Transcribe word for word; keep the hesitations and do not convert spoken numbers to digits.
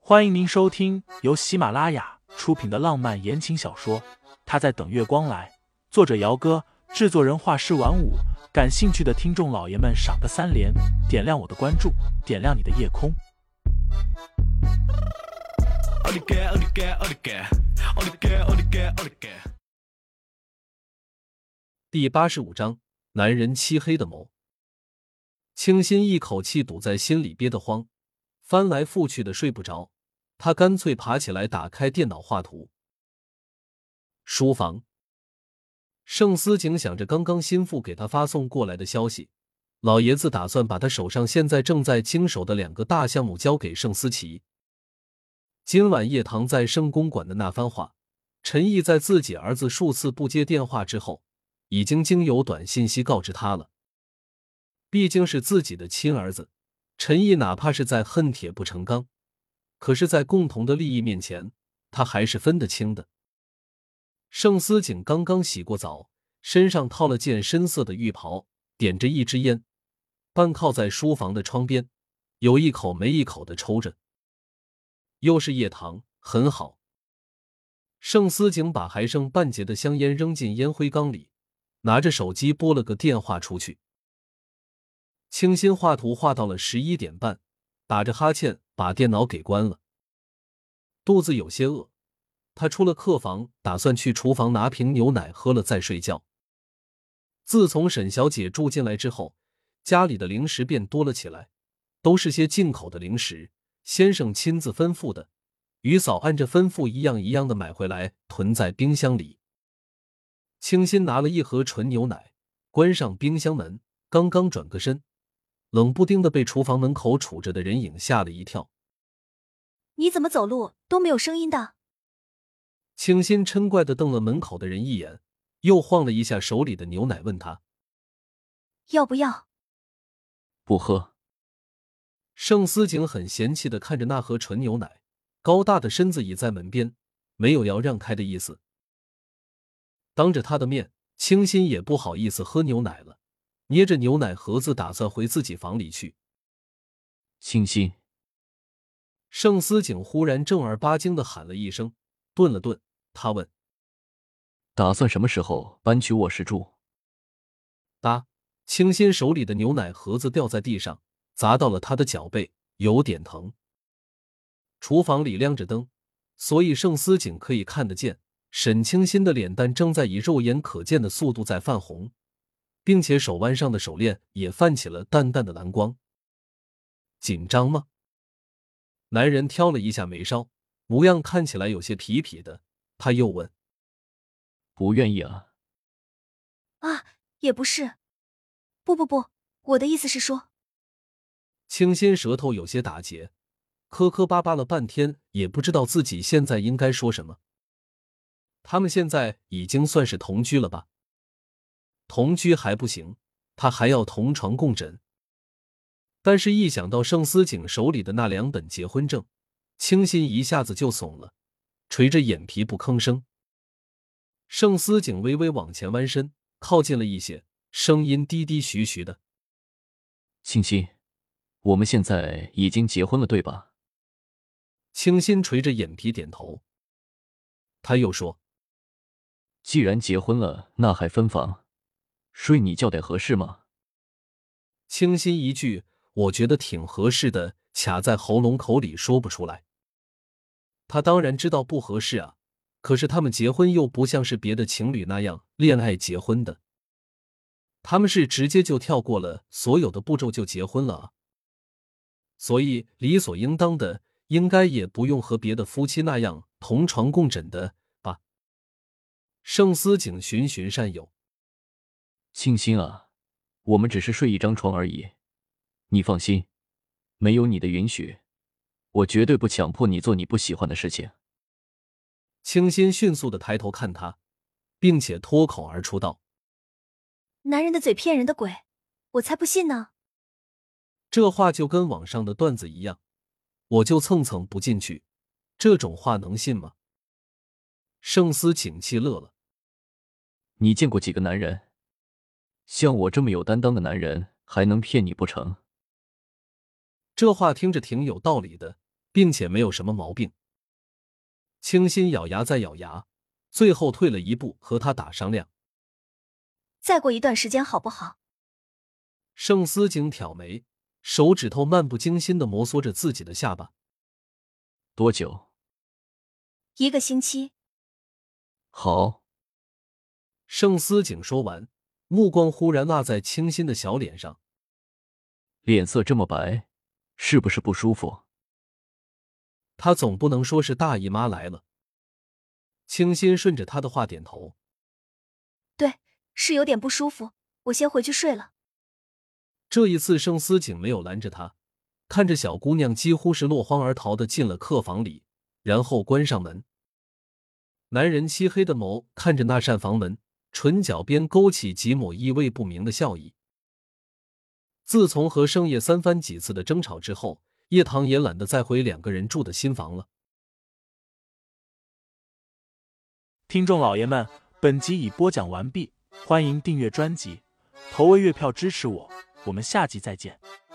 欢迎您收听由喜马拉雅出品的浪漫言情小说《他在等月光来》，作者姚哥，制作人画师晚舞。感兴趣的听众老爷们赏个三连，点亮我的关注，点亮你的夜空。 第八十五章，男人漆黑的眸。清新一口气堵在心里憋得慌，翻来覆去的睡不着，他干脆爬起来打开电脑画图。书房，盛思景想着刚刚心腹给他发送过来的消息，老爷子打算把他手上现在正在经手的两个大项目交给盛思琪。今晚叶棠在盛公馆的那番话，陈毅在自己儿子数次不接电话之后，已经经由短信息告知他了。毕竟是自己的亲儿子，陈毅哪怕是在恨铁不成钢，可是在共同的利益面前，他还是分得清的。盛思景刚刚洗过澡，身上套了件深色的浴袍，点着一支烟，半靠在书房的窗边，有一口没一口的抽着。又是叶棠，很好。盛思景把还剩半截的香烟扔进烟灰缸里，拿着手机拨了个电话出去。清新画图画到了十一点半，打着哈欠把电脑给关了。肚子有些饿，他出了客房，打算去厨房拿瓶牛奶喝了再睡觉。自从沈小姐住进来之后，家里的零食便多了起来，都是些进口的零食，先生亲自吩咐的，于嫂按着吩咐一样一样的买回来囤在冰箱里。清新拿了一盒纯牛奶，关上冰箱门，刚刚转个身，冷不丁的被厨房门口杵着的人影吓了一跳。 你怎么走路都没有声音的？ 清新嗔怪的瞪了门口的人一眼，又晃了一下手里的牛奶，问他要不要？ 不喝。 盛思景很嫌弃的看着那盒纯牛奶，高大的身子倚在门边，没有要让开的意思。当着他的面，清新也不好意思喝牛奶了，捏着牛奶盒子打算回自己房里去。 清新。 盛思景忽然正儿八经的喊了一声，顿了顿，他问： 打算什么时候搬去卧室住？ 答。清新手里的牛奶盒子掉在地上，砸到了他的脚背，有点疼。厨房里亮着灯，所以盛思景可以看得见沈清新的脸蛋正在以肉眼可见的速度在泛红，并且手腕上的手链也泛起了淡淡的蓝光。紧张吗？男人挑了一下眉梢，模样看起来有些痞痞的，他又问： 不愿意啊？ 啊，也不是。不不不，我的意思是说…… 清新舌头有些打结，磕磕巴巴了半天，也不知道自己现在应该说什么。他们现在已经算是同居了吧？同居还不行，他还要同床共枕。但是一想到盛思景手里的那两本结婚证，清新一下子就怂了，垂着眼皮不吭声。盛思景微微往前弯身，靠近了一些，声音低低徐徐的： 清新，我们现在已经结婚了对吧？ 清新垂着眼皮点头。他又说： 既然结婚了，那还分房睡你觉得合适吗？ 清新一句我觉得挺合适的卡在喉咙口里说不出来。他当然知道不合适啊，可是他们结婚又不像是别的情侣那样恋爱结婚的，他们是直接就跳过了所有的步骤就结婚了啊，所以理所应当的应该也不用和别的夫妻那样同床共枕的吧。盛思景循循善诱： 清新啊，我们只是睡一张床而已，你放心，没有你的允许，我绝对不强迫你做你不喜欢的事情。 清新迅速地抬头看他，并且脱口而出道： 男人的嘴骗人的鬼，我才不信呢。 这话就跟网上的段子一样，我就蹭蹭不进去，这种话能信吗？盛思景气乐了： 你见过几个男人像我这么有担当的男人还能骗你不成？ 这话听着挺有道理的， 并且没有什么毛病。清新咬牙再咬牙，最后退了一步和他打商量。 再过一段时间好不好？ 盛思景挑眉，手指头漫不经心地摩挲着自己的下巴。 多久？ 一个星期。 好。 盛思景说完，目光忽然落在清新的小脸上。 脸色这么白，是不是不舒服？ 他总不能说是大姨妈来了。清新顺着他的话点头。 对，是有点不舒服，我先回去睡了。 这一次盛思景没有拦着他，看着小姑娘几乎是落荒而逃的进了客房里，然后关上门。男人漆黑的眸看着那扇房门，唇角边勾起几抹意味不明的笑意。自从和盛夜三番几次的争吵之后，叶棠也懒得再回两个人住的新房了。 听众老爷们，本集已播讲完毕，欢迎订阅专辑，投喂月票支持我，我们下集再见。